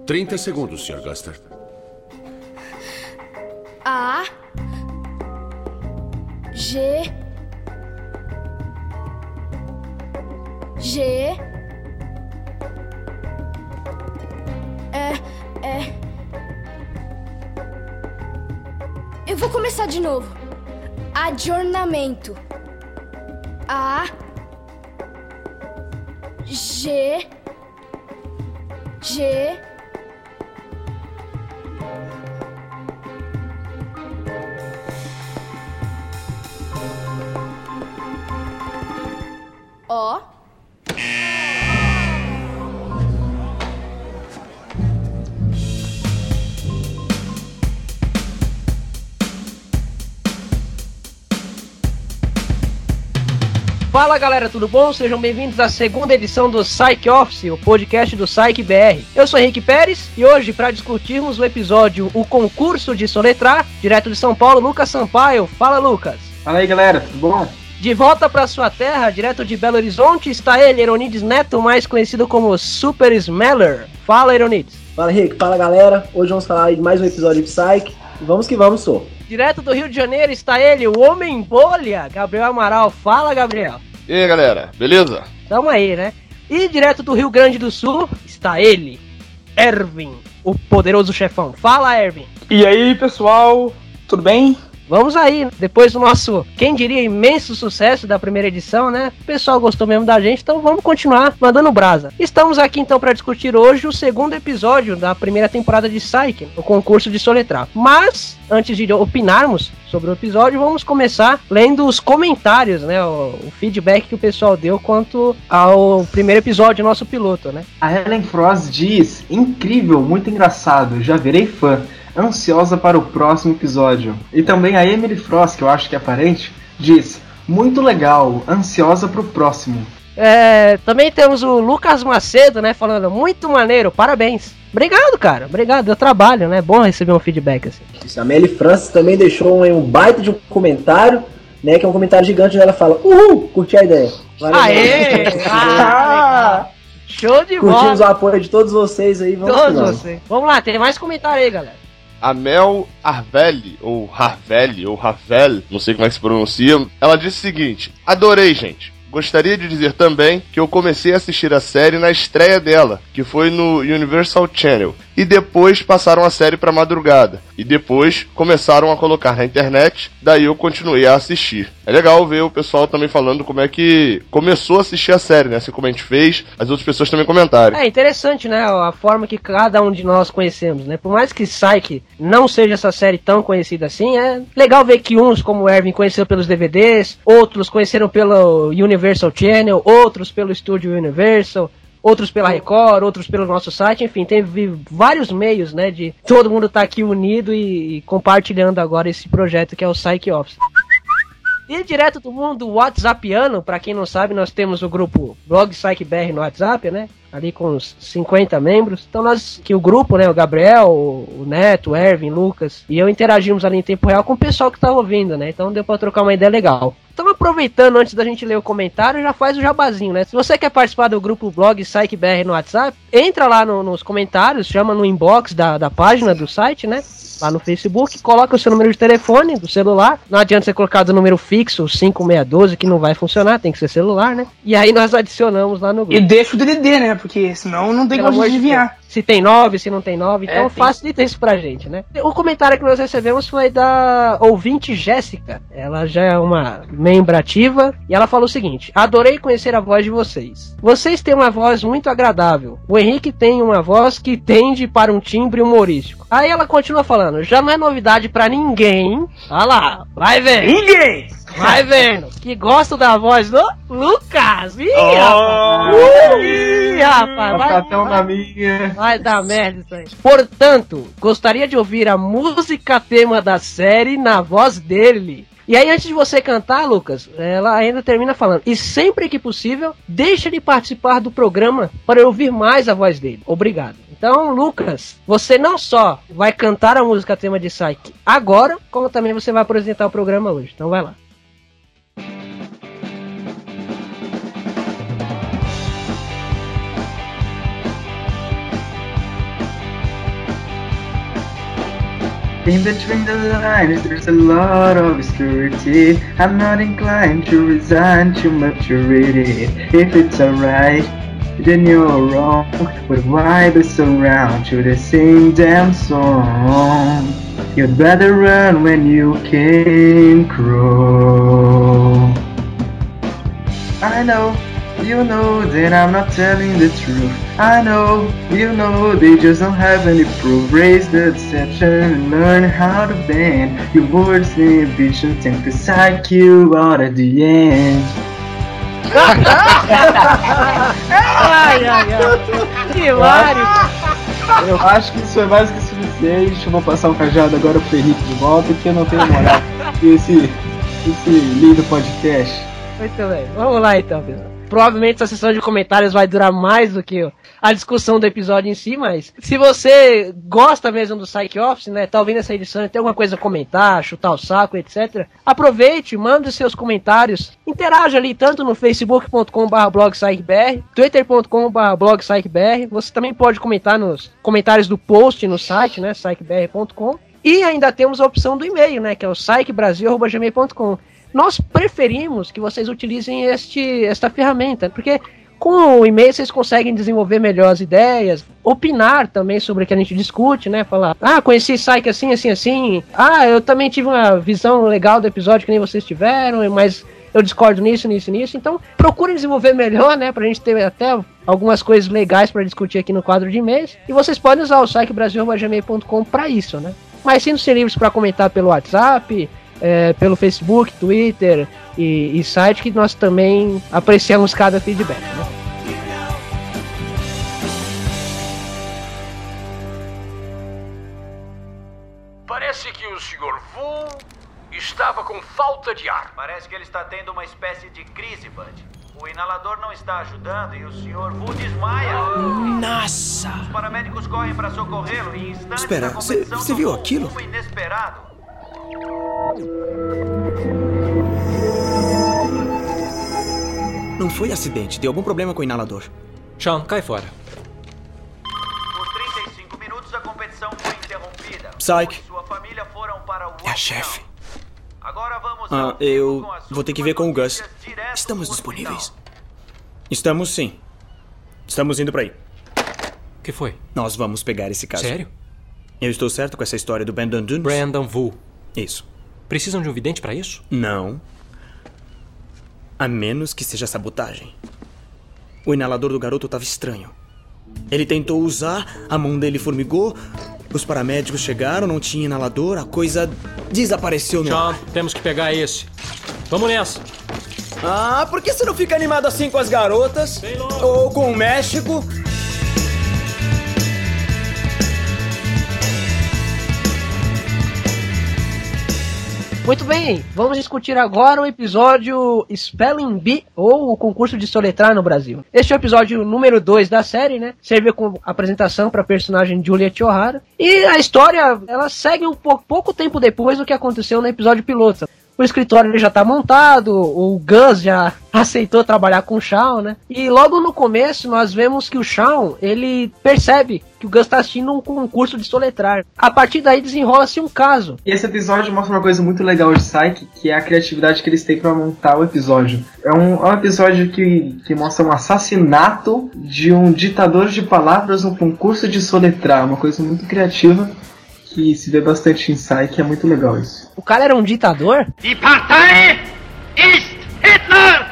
30 segundos, Sr. Guster. A G G Eu vou começar de novo. Adornamento. A G G O Fala galera, tudo bom? Sejam bem-vindos à segunda edição do Psych Office, o podcast do Psych BR. Eu sou Henrique Pérez e hoje, para discutirmos o episódio O Concurso de Soletrar, direto de São Paulo, Lucas Sampaio. Fala, Lucas. Fala aí, galera, tudo bom? De volta para sua terra, direto de Belo Horizonte, está ele, Eronides Neto, mais conhecido como Super Smeller. Fala, Eronides. Fala, Henrique. Fala, galera. Hoje vamos falar de mais um episódio de Psych. Vamos que vamos, sou. Direto do Rio de Janeiro está ele, o Homem Bolha, Gabriel Amaral. Fala, Gabriel. E aí, galera, beleza? Tamo aí, né? E direto do Rio Grande do Sul está ele, Ervin, o poderoso chefão. Fala, Ervin. E aí, pessoal, tudo bem? Vamos aí, depois do nosso, quem diria, imenso sucesso da primeira edição, né? O pessoal gostou mesmo da gente, então vamos continuar mandando brasa. Estamos aqui então para discutir hoje o segundo episódio da primeira temporada de Psyche, o concurso de soletrar. Mas, antes de opinarmos sobre o episódio, vamos começar lendo os comentários, né? O feedback que o pessoal deu quanto ao primeiro episódio, nosso piloto, né? A Helen Frost diz, incrível, muito engraçado, já virei fã. Ansiosa para o próximo episódio. E também a Emily Frost, que eu acho que é parente, diz, muito legal, ansiosa para o próximo. Também temos o Lucas Macedo, né, falando, muito maneiro, parabéns. Obrigado, cara, obrigado, eu trabalho, né, é bom receber um feedback assim. Isso, a Melly Francis também deixou um baita de um comentário, né, que é um comentário gigante, onde ela fala, uhul, curti a ideia. Valeu, aê! Show de bola! Curtimos o apoio de todos vocês aí, vamos todos vocês. Vamos lá, tem mais comentário aí, galera. A Mel Arvelli, ou Ravel, não sei como é que se pronuncia, ela disse o seguinte, adorei, gente. Gostaria de dizer também que eu comecei a assistir a série na estreia dela, que foi no Universal Channel, e depois passaram a série pra madrugada, e depois começaram a colocar na internet, daí eu continuei a assistir. É legal ver o pessoal também falando como é que começou a assistir a série, né, assim como a gente fez, as outras pessoas também comentaram. É interessante, né, a forma que cada um de nós conhecemos, né, por mais que Psyche não seja essa série tão conhecida assim, é legal ver que uns, como o Erwin, conheceram pelos DVDs, outros conheceram pelo Universal Channel, outros pelo estúdio Universal, outros pela Record, outros pelo nosso site, enfim, teve vários meios, né, de todo mundo estar aqui unido e compartilhando agora esse projeto que é o Psych Office. E direto do mundo WhatsAppiano, pra quem não sabe, nós temos o grupo Blog Psych BR no WhatsApp, né? Ali com uns 50 membros. Então o grupo, né? O Gabriel, o Neto, o Erwin, Lucas e eu interagimos ali em tempo real com o pessoal que tava ouvindo, né? Então deu pra trocar uma ideia legal. Então aproveitando, antes da gente ler o comentário, já faz o jabazinho, né? Se você quer participar do grupo Blog Psych BR no WhatsApp, entra lá nos comentários, chama no inbox da página do site, né? Lá no Facebook, coloca o seu número de telefone do celular. Não adianta você colocar do número fixo, 5612, que não vai funcionar, tem que ser celular, né? E aí nós adicionamos lá no grupo. E deixa o DDD, né? Porque senão não tem como adivinhar. Se tem 9, se não tem 9, então facilita isso pra gente, né? O comentário que nós recebemos foi da ouvinte Jéssica. Ela já é uma membro ativa e ela falou o seguinte: adorei conhecer a voz de vocês. Vocês têm uma voz muito agradável. O Henrique tem uma voz que tende para um timbre humorístico. Aí ela continua falando, já não é novidade pra ninguém. Olha lá, vai vendo. Ninguém! Vai vendo. Que gosta da voz do Lucas. Ih, rapaz. Vai dar merda isso aí. Portanto, gostaria de ouvir a música tema da série na voz dele. E aí, antes de você cantar, Lucas, ela ainda termina falando, e sempre que possível, deixa ele participar do programa para eu ouvir mais a voz dele. Obrigado. Então, Lucas, você não só vai cantar a música tema de Psyche agora, como também você vai apresentar o programa hoje. Então vai lá. In between the lines, there's a lot of obscurity. I'm not inclined to resign to maturity. If it's alright, then you're wrong. But why bust around to the same damn song? You'd better run when you can crawl. I know, you know that I'm not telling the truth. I know, you know they just don't have any proof. Raise the deception and learn how to bend your words and ambition. Take the psych you out at the end. Ai, que hilário! Eu acho que isso é mais que suficiente. Eu vou passar o cajado agora pro Henrique de volta, porque eu não tenho moral esse lindo podcast. Muito bem, vamos lá então, pessoal. Provavelmente essa sessão de comentários vai durar mais do que a discussão do episódio em si, mas se você gosta mesmo do Psych Office, né, tá ouvindo essa edição e tem alguma coisa a comentar, chutar o saco, etc., aproveite, mande seus comentários, interaja ali tanto no facebook.com/blogpsychbr, twitter.com/blogpsychbr, você também pode comentar nos comentários do post no site, né, psychbr.com, e ainda temos a opção do e-mail, né, que é o psychbrasil@gmail.com. Nós preferimos que vocês utilizem esta ferramenta, porque com o e-mail vocês conseguem desenvolver melhor as ideias, opinar também sobre o que a gente discute, né? Falar, conheci Psyche assim, assim, assim. Eu também tive uma visão legal do episódio que nem vocês tiveram, mas eu discordo nisso. Então, procurem desenvolver melhor, né? Pra gente ter até algumas coisas legais para discutir aqui no quadro de e-mails. E vocês podem usar o psychbrasil@gmail.com para isso, né? Mas sintam-se livres para comentar pelo WhatsApp, pelo Facebook, Twitter e site, que nós também apreciamos cada feedback, né? Parece que o Sr. Wu estava com falta de ar. Parece que ele está tendo uma espécie de crise, Bud. O inalador não está ajudando e o Sr. Wu desmaia. Nossa! Os paramédicos correm para socorrê-lo e em instantes Espera, você viu aquilo? Inesperado. Não foi acidente, deu algum problema com o inalador. Sean, cai fora. Por 35 minutos a competição foi interrompida. Psyche. Sua família foram para o É a chefe. Agora vamos eu vou ter que ver com o Gus. Estamos disponíveis? Estamos sim. Estamos indo pra aí. O que foi? Nós vamos pegar esse caso. Sério? Eu estou certo com essa história do Brandon Dunes? Brandon Wu. Isso. Precisam de um vidente pra isso? Não. A menos que seja sabotagem. O inalador do garoto estava estranho. Ele tentou usar, a mão dele formigou, os paramédicos chegaram, não tinha inalador, a coisa desapareceu. Sean, temos que pegar esse. Vamos nessa. Por que você não fica animado assim com as garotas? Ou com o México? Muito bem, vamos discutir agora o episódio Spelling Bee, ou o concurso de soletrar no Brasil. Este é o episódio número 2 da série, né? Serviu como apresentação para a personagem Juliet O'Hara. E a história, ela segue um pouco tempo depois do que aconteceu no episódio piloto. O escritório ele já tá montado, o Gus já aceitou trabalhar com o Shawn, né? E logo no começo nós vemos que o Shawn, ele percebe que o Gus tá assistindo um concurso de soletrar. A partir daí desenrola-se um caso. E esse episódio mostra uma coisa muito legal de Psyche, que é a criatividade que eles têm pra montar o episódio. É um episódio que mostra um assassinato de um ditador de palavras no concurso de soletrar. Uma coisa muito criativa, que se vê bastante em Psyche, é muito legal isso. O cara era um ditador? Die Partei ist Hitler!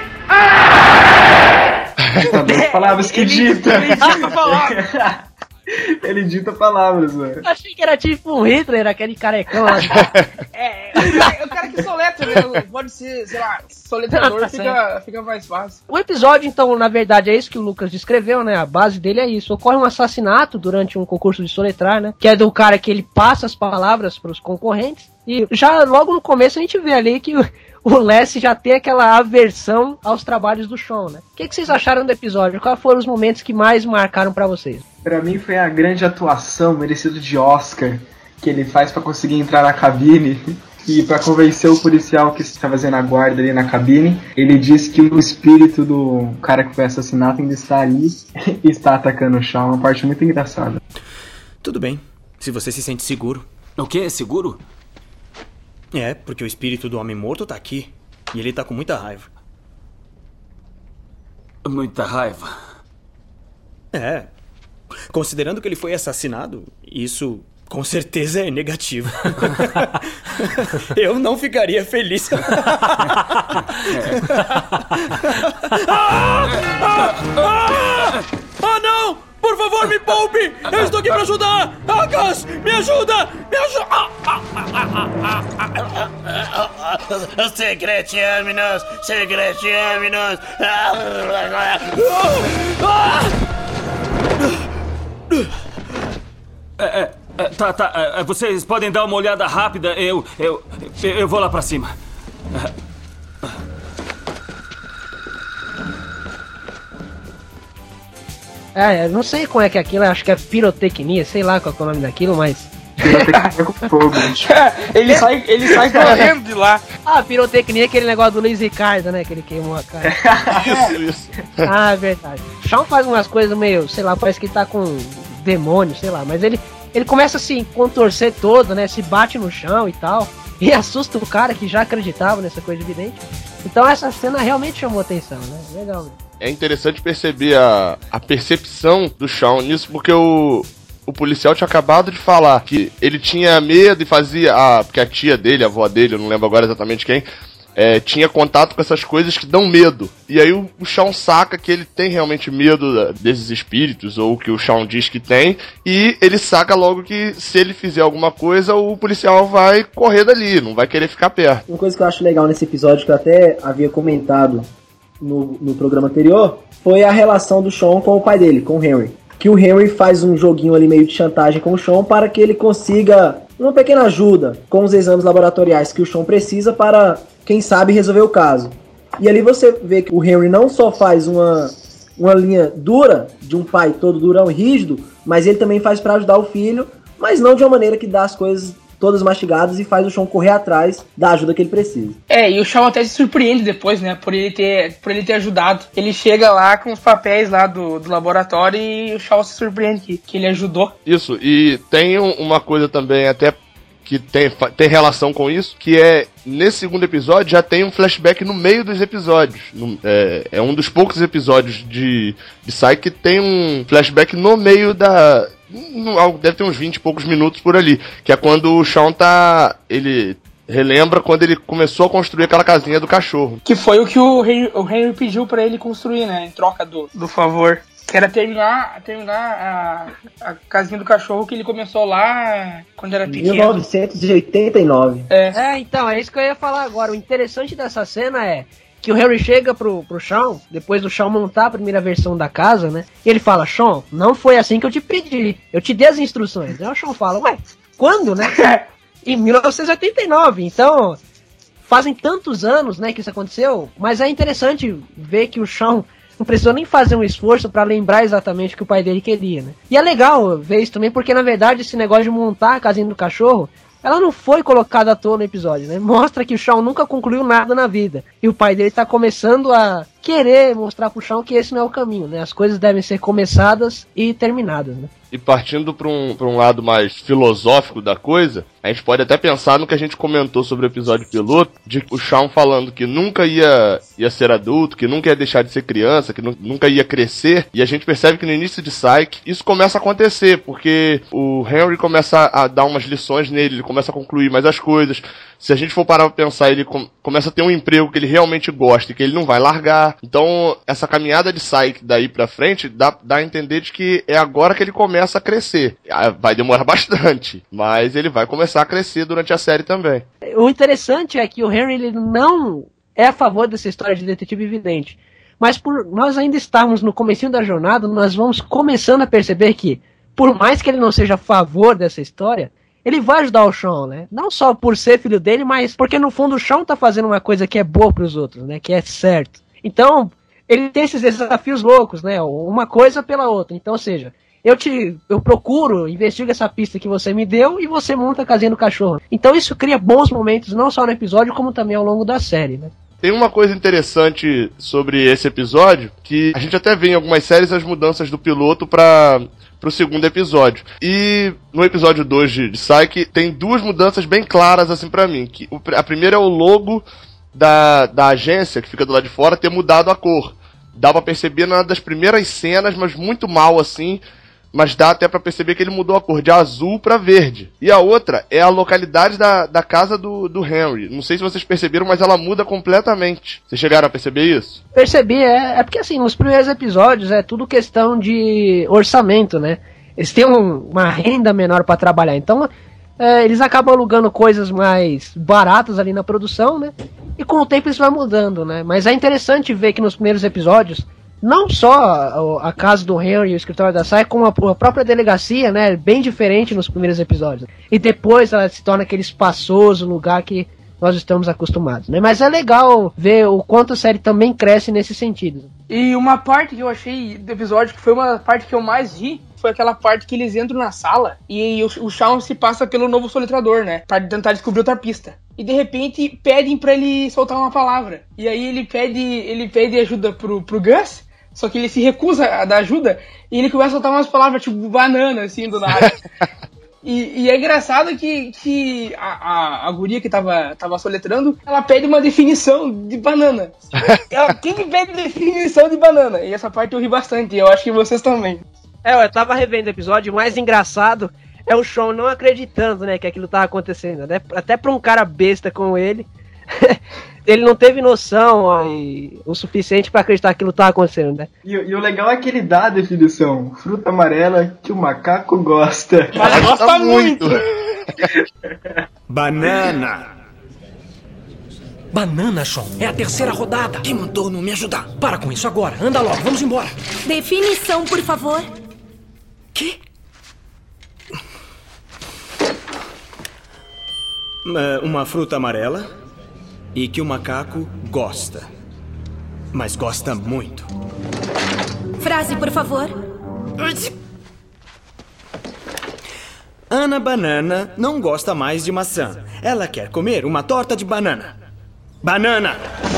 Ditador de palavras que dita. Ele dita palavras. Ele dita palavras, mano. Achei que era tipo um Hitler, aquele carecão lá. O cara que soletra, né? Pode ser, sei lá, soletrador, fica mais fácil. O episódio, então, na verdade, é isso que o Lucas descreveu, né? A base dele é isso. Ocorre um assassinato durante um concurso de soletrar, né? Que é do cara que ele passa as palavras para os concorrentes. E já logo no começo a gente vê ali que o Les já tem aquela aversão aos trabalhos do Shawn, né? O que vocês acharam do episódio? Quais foram os momentos que mais marcaram pra vocês? Pra mim foi a grande atuação merecida de Oscar que ele faz pra conseguir entrar na cabine e pra convencer o policial que está fazendo a guarda ali na cabine. Ele diz que o espírito do cara que foi assassinado ainda está ali e está atacando o Shawn. Uma parte muito engraçada. Tudo bem, se você se sente seguro. O quê? Seguro? É, porque o espírito do homem morto tá aqui. E ele tá com muita raiva. Muita raiva? É. Considerando que ele foi assassinado, isso com certeza é negativo. Eu não ficaria feliz. Ah, não! Por favor, me poupe! Eu estou aqui para ajudar! Gus, me ajuda! Me ajuda! Secretiaminus! Secretiaminus! Tá. Vocês podem dar uma olhada rápida. Eu vou lá pra cima. Eu não sei como é que é aquilo, acho que é pirotecnia, sei lá qual é o nome daquilo, mas... Pirotecnia com fogo. ele sai correndo de lá. Ah, pirotecnia é aquele negócio do Luiz Ricardo, né? Que ele queimou a cara. Isso. Ah, é verdade. O Shaun faz umas coisas meio, sei lá, parece que ele tá com demônio, sei lá, mas ele começa a se contorcer todo, né? Se bate no chão e tal. E assusta o cara que já acreditava nessa coisa de vidente. Então essa cena realmente chamou atenção, né? Legal, né? É interessante perceber a percepção do Shaun nisso, porque o policial tinha acabado de falar que ele tinha medo e fazia... porque a tia dele, a avó dele, eu não lembro agora exatamente quem, tinha contato com essas coisas que dão medo. E aí o Shaun saca que ele tem realmente medo desses espíritos, ou que o Shaun diz que tem, e ele saca logo que se ele fizer alguma coisa, o policial vai correr dali, não vai querer ficar perto. Uma coisa que eu acho legal nesse episódio, que eu até havia comentado no programa anterior, foi a relação do Shaun com o pai dele, com o Henry. Que o Henry faz um joguinho ali meio de chantagem com o Shaun para que ele consiga uma pequena ajuda com os exames laboratoriais que o Shaun precisa para, quem sabe, resolver o caso. E ali você vê que o Henry não só faz uma linha dura, de um pai todo durão e rígido, mas ele também faz para ajudar o filho, mas não de uma maneira que dá as coisas todas mastigadas e faz o Shaun correr atrás da ajuda que ele precisa. E o Shaun até se surpreende depois, né, por ele ter ajudado. Ele chega lá com os papéis lá do laboratório e o Shaun se surpreende que ele ajudou. Isso, e tem uma coisa também até que tem relação com isso, que nesse segundo episódio já tem um flashback no meio dos episódios. É um dos poucos episódios de Psyche que tem um flashback no meio da... Deve ter uns 20 e poucos minutos por ali, que é quando o Shaun ele relembra quando ele começou a construir aquela casinha do cachorro. Que foi o que o Henry pediu pra ele construir, né, em troca do favor. Que era terminar a casinha do cachorro que ele começou lá quando era pequeno. 1989. Então, é isso que eu ia falar agora. O interessante dessa cena é que o Harry chega pro Shaun, depois do Shaun montar a primeira versão da casa, né? E ele fala, Shaun, não foi assim que eu te pedi. Eu te dei as instruções. Aí o Shaun fala, ué, quando, né? Em 1989. Então, fazem tantos anos, né, que isso aconteceu. Mas é interessante ver que o Shaun não precisou nem fazer um esforço pra lembrar exatamente o que o pai dele queria, né? E é legal ver isso também, porque na verdade esse negócio de montar a casinha do cachorro, ela não foi colocada à toa no episódio, né? Mostra que o Shaun nunca concluiu nada na vida. E o pai dele tá começando a querer mostrar pro Shaun que esse não é o caminho, né? As coisas devem ser começadas e terminadas, né? E partindo para um lado mais filosófico da coisa, a gente pode até pensar no que a gente comentou sobre o episódio piloto, de o Shaun falando que nunca ia ser adulto, que nunca ia deixar de ser criança, que nunca ia crescer, e a gente percebe que no início de Psyche isso começa a acontecer, porque o Henry começa a dar umas lições nele, ele começa a concluir mais as coisas. Se a gente for parar pra pensar, ele começa a ter um emprego que ele realmente gosta e que ele não vai largar. Então, essa caminhada de Psyche daí pra frente dá a entender de que é agora que ele começa a crescer. Vai demorar bastante, mas ele vai começar a crescer durante a série também. O interessante é que o Henry ele não é a favor dessa história de detetive vidente. Mas por nós ainda estarmos no comecinho da jornada, nós vamos começando a perceber que, por mais que ele não seja a favor dessa história, ele vai ajudar o Shaun, né? Não só por ser filho dele, mas porque no fundo o Shaun tá fazendo uma coisa que é boa pros outros, né? Que é certo. Então, ele tem esses desafios loucos, né? Uma coisa pela outra. Então, ou seja, eu procuro, investigo essa pista que você me deu e você monta a casinha do cachorro. Então isso cria bons momentos, não só no episódio, como também ao longo da série, né? Tem uma coisa interessante sobre esse episódio, que a gente até vê em algumas séries as mudanças do piloto pro segundo episódio. E no episódio 2 de Psyche tem duas mudanças bem claras assim pra mim. Que a primeira é o logo da agência, que fica do lado de fora, ter mudado a cor. Dá pra perceber na das primeiras cenas, mas muito mal assim. Mas dá até pra perceber que ele mudou a cor de azul pra verde. E a outra é a localidade da casa do Henry. Não sei se vocês perceberam, mas ela muda completamente. Vocês chegaram a perceber isso? Percebi, é porque assim, nos primeiros episódios é tudo questão de orçamento, né? Eles têm uma renda menor pra trabalhar, então eles acabam alugando coisas mais baratas ali na produção, né? E com o tempo isso vai mudando, né? Mas é interessante ver que nos primeiros episódios não só a casa do Henry e o escritório da Psyche, como a própria delegacia, né, bem diferente nos primeiros episódios. E depois ela se torna aquele espaçoso lugar que nós estamos acostumados, né? Mas é legal ver o quanto a série também cresce nesse sentido. E uma parte que eu achei do episódio, que foi uma parte que eu mais ri, foi aquela parte que eles entram na sala e o Shawn se passa pelo novo soletrador, né? Pra tentar descobrir outra pista. E de repente pedem pra ele soltar uma palavra. E aí ele pede ajuda pro Gus. Só que ele se recusa a dar ajuda e ele começa a soltar umas palavras tipo banana, assim, do nada. E é engraçado que a guria que tava soletrando, ela pede uma definição de banana. Quem que pede definição de banana? E essa parte eu ri bastante, eu acho que vocês também. Eu tava revendo o episódio, o mais engraçado é o Shawn não acreditando, né, que aquilo tava acontecendo, né? Até pra um cara besta como ele. Ele não teve noção o suficiente pra acreditar que aquilo tava acontecendo, né? E o legal é que ele dá a definição: fruta amarela que o macaco gosta. Mas gosta muito! Banana! Banana, Shawn. É a terceira rodada. Quem mandou não me ajudar? Para com isso agora. Anda logo, vamos embora. Definição, por favor. Que? Uma fruta amarela e que o macaco gosta. Mas gosta muito. Frase, por favor. Ana Banana não gosta mais de maçã. Ela quer comer uma torta de banana. Banana!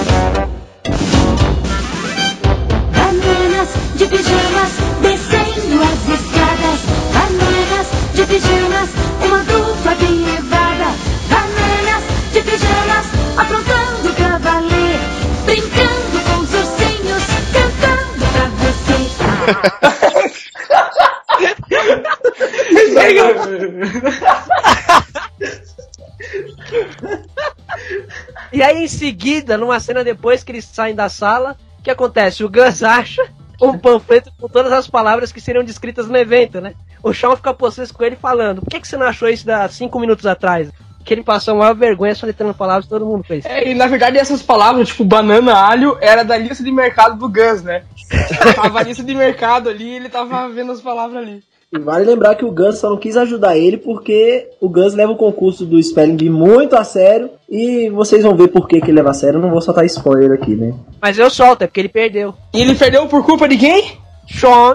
Bananas de pijamas descendo as escadas. Bananas de pijamas, uma dupla bem levada. Bananas de pijamas, aprontando pra valer. Brincando com os ursinhos, cantando pra você. E aí em seguida, numa cena depois que eles saem da sala, o que acontece? O Gus acha um panfleto com todas as palavras que seriam descritas no evento, né? O Shawn fica possesso com ele falando: por que você não achou isso há 5 minutos atrás? Que ele passou a maior vergonha soletrando palavras que todo mundo fez. E na verdade essas palavras, tipo banana, alho, era da lista de mercado do Gus, né? Tava a lista de mercado ali e ele tava vendo as palavras ali. E vale lembrar que o Gus só não quis ajudar ele porque o Gus leva o concurso do Spelling Bee muito a sério e vocês vão ver por que ele leva a sério. Eu não vou soltar spoiler aqui, né? Mas eu solto, é porque ele perdeu. E ele perdeu por culpa de quem? Shawn!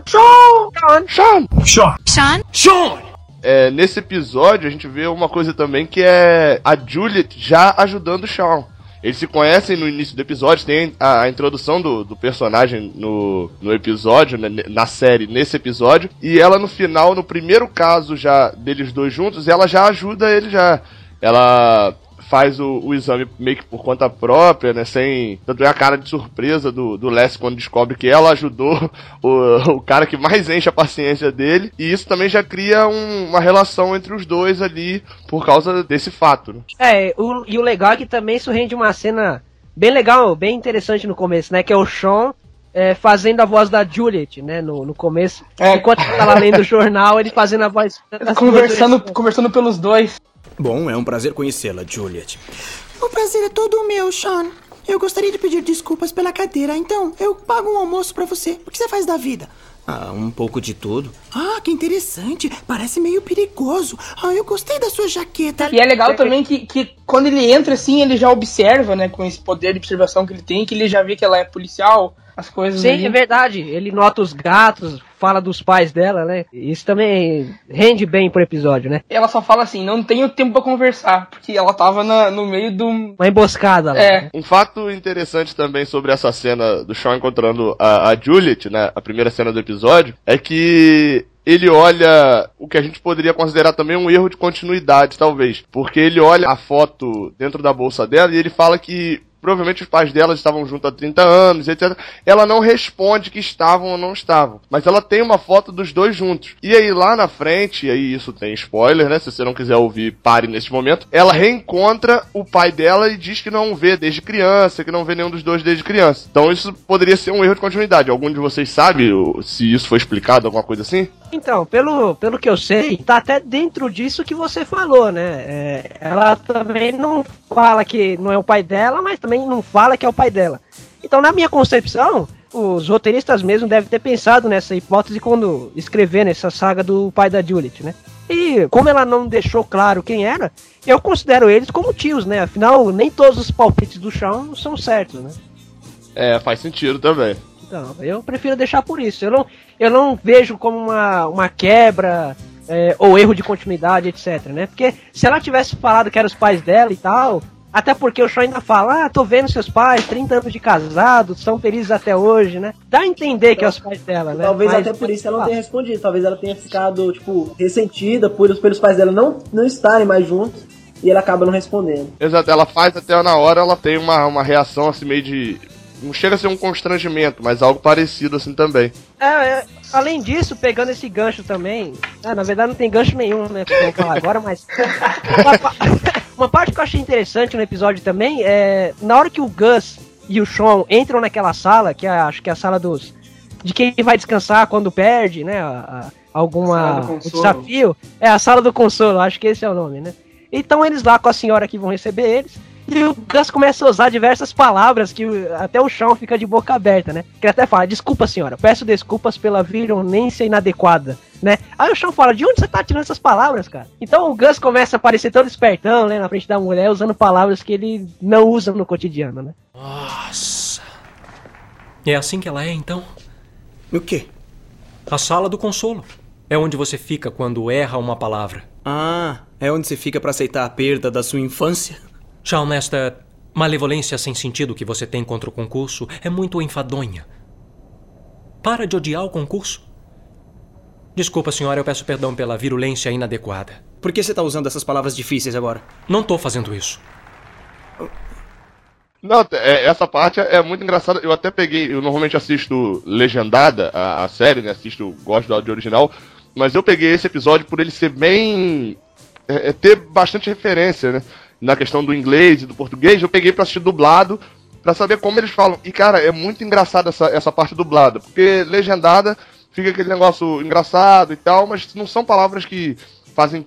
Nesse episódio a gente vê uma coisa também que é a Juliet já ajudando o Shawn. Eles se conhecem no início do episódio, tem a introdução do personagem no episódio, né, na série, nesse episódio. E ela no final, no primeiro caso já deles dois juntos, ela já ajuda ele já. Ela faz o exame meio que por conta própria, né, sem... Tanto é a cara de surpresa do Les quando descobre que ela ajudou o cara que mais enche a paciência dele. E isso também já cria uma relação entre os dois ali por causa desse fato, né? E o legal é que também isso rende uma cena bem legal, bem interessante no começo, né, que é o Shawn fazendo a voz da Juliet, né, no começo. Enquanto ele tá lá lendo o jornal, ele fazendo a voz... Conversando pelos dois. Bom, é um prazer conhecê-la, Juliet. O prazer é todo meu, Shawn. Eu gostaria de pedir desculpas pela cadeira, então eu pago um almoço pra você. O que você faz da vida? Um pouco de tudo. Que interessante. Parece meio perigoso. Eu gostei da sua jaqueta. E é legal também que quando ele entra assim, ele já observa, né, com esse poder de observação que ele tem, que ele já vê que ela é policial, as coisas. Sim, ali. É verdade. Ele nota os gatos, fala dos pais dela, né? Isso também rende bem pro episódio, né? Ela só fala assim, não tenho tempo pra conversar, porque ela tava no meio de uma emboscada lá. É. Um fato interessante também sobre essa cena do Shawn encontrando a Juliet, né? A primeira cena do episódio, é que ele olha o que a gente poderia considerar também um erro de continuidade, talvez. Porque ele olha a foto dentro da bolsa dela e ele fala que provavelmente os pais dela estavam juntos há 30 anos, etc. Ela não responde que estavam ou não estavam. Mas ela tem uma foto dos dois juntos. E aí lá na frente, e aí isso tem spoiler, né? Se você não quiser ouvir, pare nesse momento. Ela reencontra o pai dela e diz que não vê desde criança, que não vê nenhum dos dois desde criança. Então isso poderia ser um erro de continuidade. Algum de vocês sabe se isso foi explicado, alguma coisa assim? Então, pelo que eu sei, tá até dentro disso que você falou, né? Ela também não fala que não é o pai dela, mas também não fala que é o pai dela. Então, na minha concepção, os roteiristas mesmo devem ter pensado nessa hipótese quando escreveram essa saga do pai da Juliet, né? E como ela não deixou claro quem era, eu considero eles como tios, né? Afinal, nem todos os palpites do Shawn são certos, né? Faz sentido também. Então, eu prefiro deixar por isso. Eu não vejo como uma quebra ou erro de continuidade, etc, né? Porque se ela tivesse falado que eram os pais dela e tal, até porque o Shawn ainda fala, tô vendo seus pais, 30 anos de casados, são felizes até hoje, né? Dá a entender que é os pais dela, né? Talvez até por isso ela não tenha respondido. Talvez ela tenha ficado, ressentida pelos pais dela não estarem mais juntos e ela acaba não respondendo. Exato, ela faz até na hora, ela tem uma reação assim meio de... Não chega a ser um constrangimento, mas algo parecido assim também. Além disso, pegando esse gancho também... na verdade não tem gancho nenhum, né, que eu vou falar agora, mas... uma parte que eu achei interessante no episódio também é... Na hora que o Gus e o Shawn entram naquela sala, que acho que é a sala de quem vai descansar quando perde, né, alguma desafio... a sala do consolo, acho que esse é o nome, né? Então eles lá com a senhora que vão receber eles... E o Gus começa a usar diversas palavras que até o Shawn fica de boca aberta, né? Que ele até fala, desculpa senhora, peço desculpas pela violência inadequada, né? Aí o Shawn fala, de onde você tá tirando essas palavras, cara? Então o Gus começa a parecer todo espertão, né? Na frente da mulher, usando palavras que ele não usa no cotidiano, né? Nossa. É assim que ela é, então? O quê? A sala do consolo. É onde você fica quando erra uma palavra. Ah, é onde você fica pra aceitar a perda da sua infância? Shawn, esta malevolência sem sentido que você tem contra o concurso é muito enfadonha. Para de odiar o concurso. Desculpa, senhora, eu peço perdão pela virulência inadequada. Por que você tá usando essas palavras difíceis agora? Não tô fazendo isso. Não, essa parte é muito engraçada. Eu até peguei, eu normalmente assisto legendada a série, né? Gosto do áudio original, mas eu peguei esse episódio por ele ser bem... ter bastante referência, né? Na questão do inglês e do português, eu peguei pra assistir dublado, pra saber como eles falam. E, cara, é muito engraçado essa parte dublada, porque legendada fica aquele negócio engraçado e tal, mas não são palavras que fazem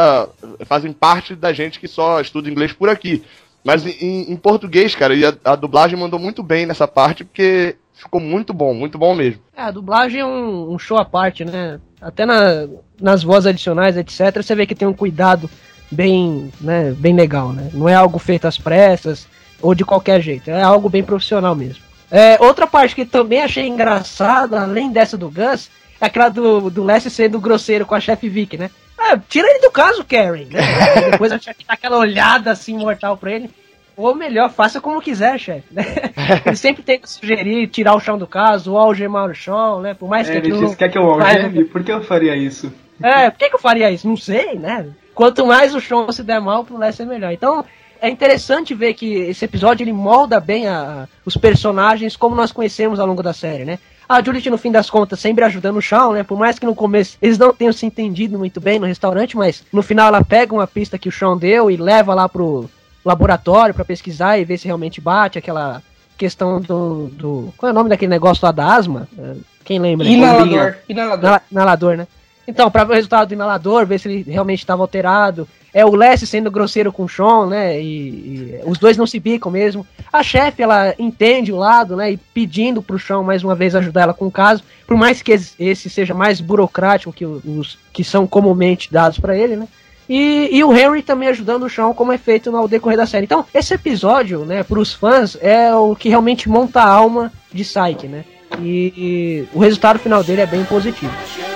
parte da gente que só estuda inglês por aqui. Mas em português, cara, e a dublagem mandou muito bem nessa parte, porque ficou muito bom mesmo. A dublagem é um show à parte, né? Até nas vozes adicionais, etc., você vê que tem um cuidado bem legal, né? Não é algo feito às pressas ou de qualquer jeito, é algo bem profissional mesmo. Outra parte que também achei engraçada, além dessa do Gus, é aquela do Leslie sendo grosseiro com a chefe Vicky, né? Tira ele do caso, Karen, né? Depois a chefe dá aquela olhada assim mortal pra ele. Ou melhor, faça como quiser, chefe, né? Ele sempre tenta sugerir tirar o Shawn do caso, ou algemar o Shawn, né? Por mais que ele disse, quer que eu algeme? Por que eu faria isso? Por que eu faria isso? Não sei, né? Quanto mais o Shawn se der mal, pro Leslie é melhor. Então, é interessante ver que esse episódio ele molda bem os personagens como nós conhecemos ao longo da série, né? A Juliet, no fim das contas, sempre ajudando o Shawn, né? Por mais que no começo eles não tenham se entendido muito bem no restaurante, mas no final ela pega uma pista que o Shawn deu e leva lá pro laboratório pra pesquisar e ver se realmente bate aquela questão do... Qual é o nome daquele negócio lá da asma? Quem lembra? Inalador, né? Então, para ver o resultado do inalador, ver se ele realmente estava alterado. O Leslie sendo grosseiro com o Shawn, né? E os dois não se bicam mesmo. A chefe, ela entende o lado, né? E pedindo pro Shawn mais uma vez ajudar ela com o caso. Por mais que esse seja mais burocrático que os que são comumente dados para ele, né? E o Henry também ajudando o Shawn, como é feito no decorrer da série. Então, esse episódio, né, pros fãs, é o que realmente monta a alma de Psyche, né? e o resultado final dele é bem positivo.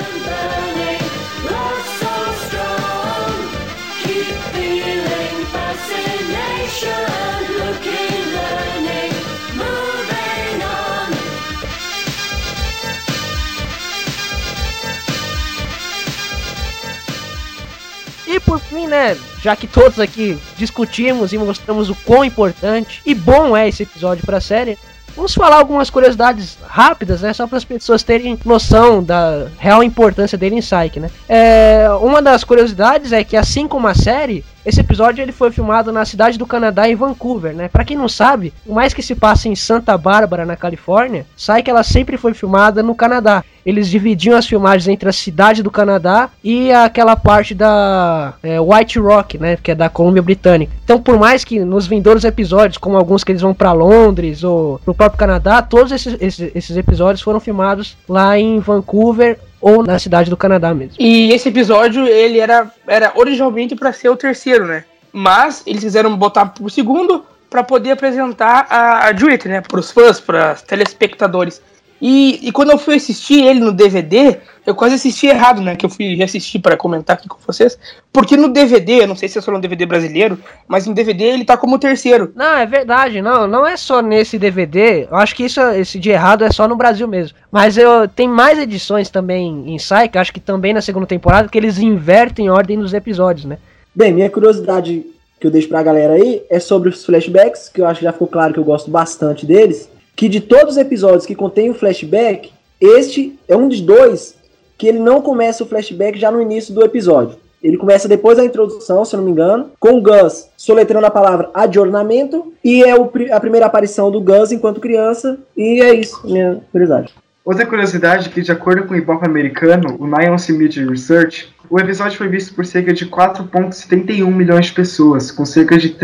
E por fim, né, já que todos aqui discutimos e mostramos o quão importante e bom é esse episódio para a série, vamos falar algumas curiosidades rápidas, né, só para as pessoas terem noção da real importância dele em Psyche, né. Uma das curiosidades é que, assim como a série, esse episódio ele foi filmado na cidade do Canadá, em Vancouver, né? Pra quem não sabe, por mais que se passe em Santa Bárbara, na Califórnia, Psyche ela sempre foi filmada no Canadá. Eles dividiam as filmagens entre a cidade do Canadá e aquela parte da White Rock, né? Que é da Colômbia Britânica. Então, por mais que nos vindouros episódios, como alguns que eles vão pra Londres ou pro próprio Canadá, todos esses episódios foram filmados lá em Vancouver ou na cidade do Canadá mesmo. E esse episódio, ele era originalmente para ser o terceiro, né? Mas eles quiseram botar pro segundo para poder apresentar a Judith, né? Pros fãs, para telespectadores. E quando eu fui assistir ele no DVD, eu quase assisti errado, né? Que eu fui reassistir para comentar aqui com vocês. Porque no DVD, eu não sei se é só no DVD brasileiro, mas no DVD ele tá como o terceiro. Não, é verdade, não é só nesse DVD. Eu acho que esse de errado é só no Brasil mesmo. Mas tem mais edições também em Psyche, acho que também na segunda temporada, que eles invertem a ordem dos episódios, né? Bem, minha curiosidade que eu deixo pra galera aí é sobre os flashbacks, que eu acho que já ficou claro que eu gosto bastante deles. Que de todos os episódios que contém o flashback, este é um dos dois que ele não começa o flashback já no início do episódio. Ele começa depois da introdução, se eu não me engano, com o Gus soletrando a palavra adjornamento, e é a primeira aparição do Gus enquanto criança, e é isso, minha curiosidade. Outra curiosidade é que, de acordo com o Ibope americano, o Nion Smith Research, o episódio foi visto por cerca de 4,71 milhões de pessoas, com cerca de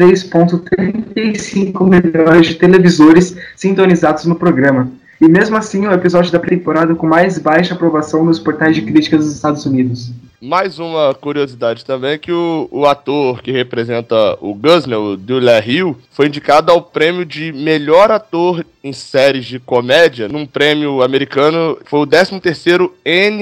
3,35 milhões de televisores sintonizados no programa. E mesmo assim, é o episódio da temporada com mais baixa aprovação nos portais de críticas dos Estados Unidos. Mais uma curiosidade também é que o ator que representa o Gus, né, o Dule Hill, foi indicado ao prêmio de melhor ator em séries de comédia, num prêmio americano, foi o 13º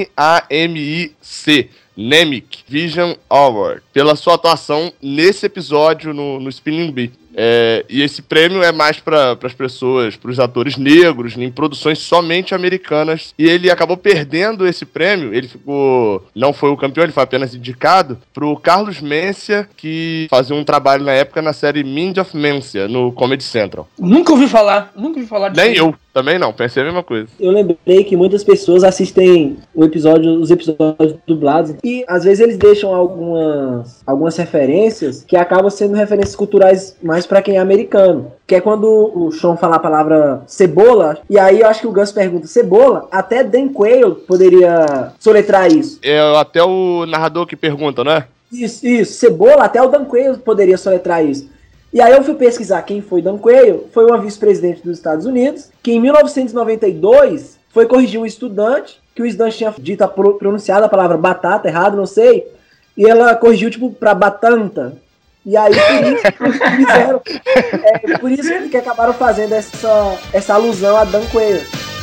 NAMIC, NAMIC Vision Award, pela sua atuação nesse episódio no Spinning Bee. E esse prêmio é mais para as pessoas, para os atores negros, em produções somente americanas. E ele acabou perdendo esse prêmio. Ele não foi o campeão, ele foi apenas indicado pro Carlos Mencia, que fazia um trabalho na época na série Mind of Mencia, no Comedy Central. Nunca ouvi falar disso. Nem eu, também não, pensei a mesma coisa. Eu lembrei que muitas pessoas assistem os episódios dublados e às vezes eles deixam algumas referências que acabam sendo referências culturais mais pra quem é americano. Que é quando o Sean fala a palavra cebola, e aí eu acho que o Gus pergunta cebola, até Dan Quayle poderia soletrar isso. Até o narrador que pergunta, né? Isso, cebola, até o Dan Quayle poderia soletrar isso. E aí eu fui pesquisar quem foi Dan Quayle, foi uma vice-presidente dos Estados Unidos, que em 1992 foi corrigir um estudante, que o estudante tinha pronunciado a palavra batata errado, não sei, e ela corrigiu tipo pra batanta. E aí, por isso que acabaram fazendo essa alusão a Dan Quayle.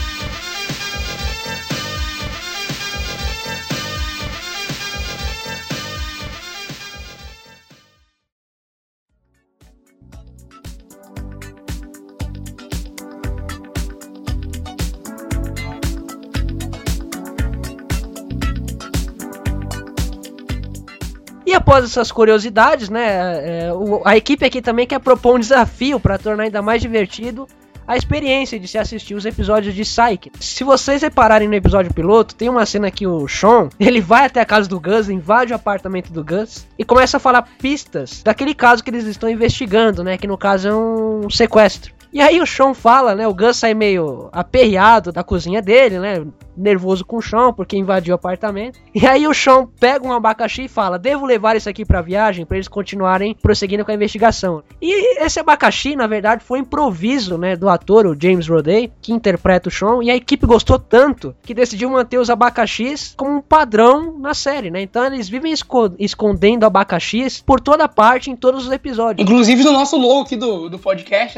E após essas curiosidades, né, a equipe aqui também quer propor um desafio para tornar ainda mais divertido a experiência de se assistir os episódios de Psyche. Se vocês repararem no episódio piloto, tem uma cena que o Sean, ele vai até a casa do Gus, invade o apartamento do Gus e começa a falar pistas daquele caso que eles estão investigando, né, que no caso é um sequestro. E aí o Sean fala, né, o Gus sai meio aperreado da cozinha dele, né, nervoso com o Sean porque invadiu o apartamento. E aí o Sean pega um abacaxi e fala, devo levar isso aqui pra viagem pra eles continuarem prosseguindo com a investigação. E esse abacaxi, na verdade, foi improviso, né, do ator, o James Roday, que interpreta o Sean, e a equipe gostou tanto que decidiu manter os abacaxis como um padrão na série, né, então eles vivem escondendo abacaxis por toda parte em todos os episódios. Inclusive no nosso logo aqui do podcast, né?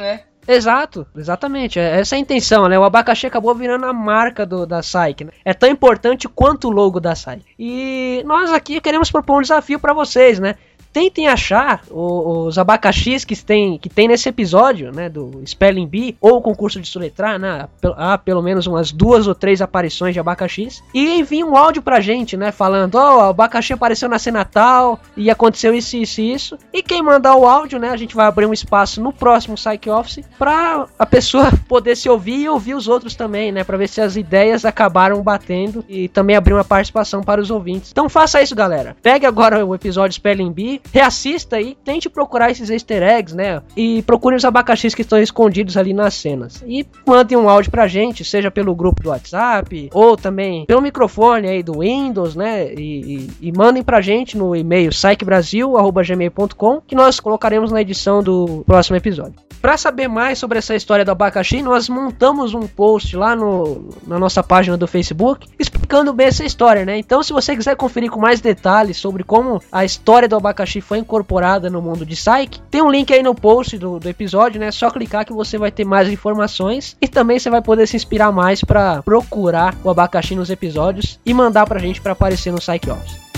Exato, exatamente. Essa é a intenção, né? O abacaxi acabou virando a marca da SAIC, né? É tão importante quanto o logo da SAIC. E nós aqui queremos propor um desafio para vocês, né? Tentem achar os abacaxis que tem nesse episódio, né, do Spelling Bee, ou o concurso de soletrar, né, há pelo menos umas 2 ou 3 aparições de abacaxis, e enviem um áudio pra gente, né, falando, o abacaxi apareceu na cena tal, e aconteceu isso, isso e isso, e quem mandar o áudio, né, a gente vai abrir um espaço no próximo Psych Office, pra a pessoa poder se ouvir e ouvir os outros também, né, pra ver se as ideias acabaram batendo, e também abrir uma participação para os ouvintes. Então faça isso, galera. Pegue agora o episódio Spelling Bee, reassista e tente procurar esses easter eggs, né? E procure os abacaxis que estão escondidos ali nas cenas. E mandem um áudio pra gente, seja pelo grupo do WhatsApp, ou também pelo microfone aí do Windows, né? E mandem pra gente no e-mail psychbrasil@gmail.com, que nós colocaremos na edição do próximo episódio. Para saber mais sobre essa história do abacaxi, nós montamos um post lá na nossa página do Facebook explicando bem essa história, né? Então, se você quiser conferir com mais detalhes sobre como a história do abacaxi foi incorporada no mundo de Psyche, tem um link aí no post do episódio, né? É só clicar que você vai ter mais informações e também você vai poder se inspirar mais para procurar o abacaxi nos episódios e mandar pra gente para aparecer no Psych Office.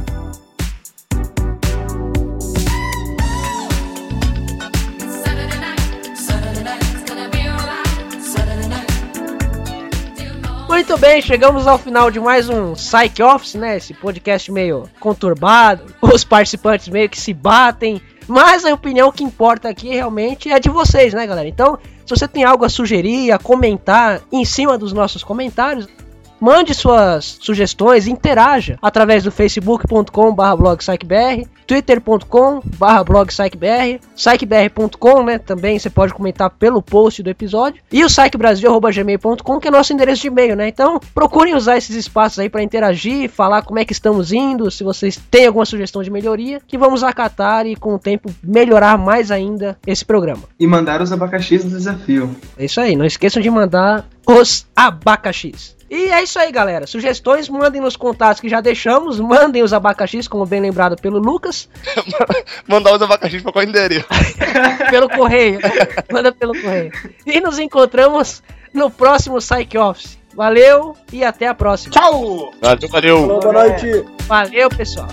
Muito bem, chegamos ao final de mais um Psych Office, né? Esse podcast meio conturbado, os participantes meio que se batem, mas a opinião que importa aqui realmente é de vocês, né, galera? Então, se você tem algo a sugerir, a comentar em cima dos nossos comentários, mande suas sugestões, interaja através do facebook.com/blogpsychbr, twitter.com/blogpsychbr, psychbr.com, né? Também você pode comentar pelo post do episódio, e o psychbrasil@gmail.com, que é nosso endereço de e-mail, né? Então, procurem usar esses espaços aí para interagir, falar como é que estamos indo, se vocês têm alguma sugestão de melhoria, que vamos acatar e com o tempo melhorar mais ainda esse programa. E mandar os abacaxis do desafio. É isso aí, não esqueçam de mandar os abacaxis. E é isso aí, galera. Sugestões, mandem nos contatos que já deixamos. Mandem os abacaxis, como bem lembrado pelo Lucas. Mandar os abacaxis para qual endereço? Pelo correio. Manda pelo correio. E nos encontramos no próximo Psych Office. Valeu e até a próxima. Tchau! Valeu. Boa noite. Valeu, pessoal.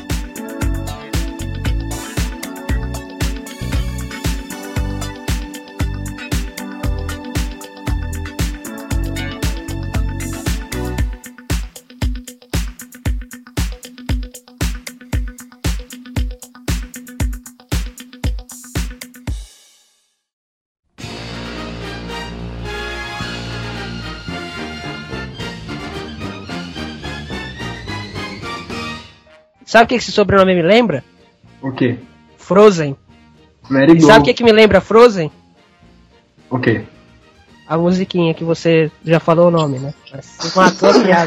Sabe o que esse sobrenome me lembra? O quê? Frozen. Very Sabe o que me lembra Frozen? O quê? A musiquinha que você já falou o nome, né? Mas matou a piada.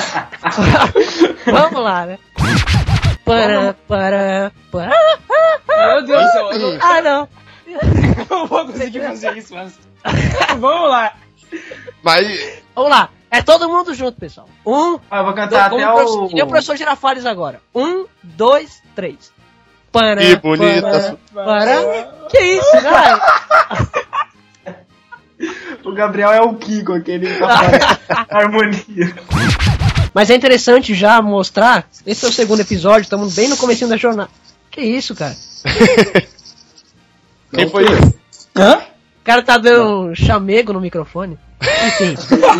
Vamos lá, né? Para. Meu Deus do céu. Não. Não vou conseguir fazer isso, mas... Vamos lá. Mas... Vamos lá. É todo mundo junto, pessoal. Eu vou cantar até o... E o professor Girafales agora. 1, 2, 3. Que bonita. Que isso, vai? O Gabriel é o Kiko, aquele que tá fazendo harmonia. Mas é interessante já mostrar. Esse é o segundo episódio, estamos bem no comecinho da jornada. Que isso, cara? Quem foi isso? Hã? O cara tá dando um chamego no microfone. Enfim.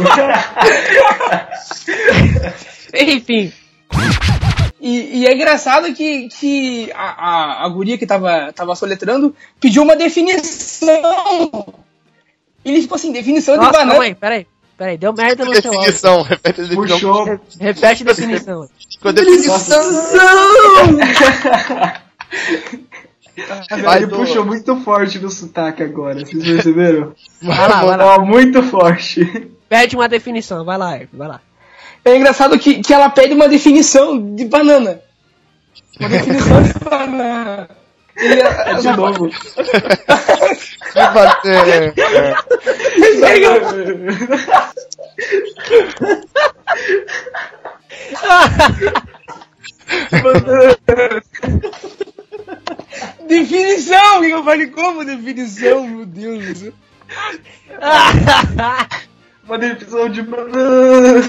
Enfim. E é engraçado que a guria que tava soletrando pediu uma definição. Ele ficou assim, definição de banana. Calma aí, peraí, deu merda no teu áudio. Repete a definição. Puxou. Repete a definição. Ele puxou muito forte no sotaque agora, vocês perceberam? Vai lá. Muito forte. Pede uma definição, vai lá, Erf, vai lá. É engraçado que ela pede uma definição de banana. Uma definição de banana. De novo. Definição! O que eu falei como definição? Meu Deus do céu. Uma divisão de bananas.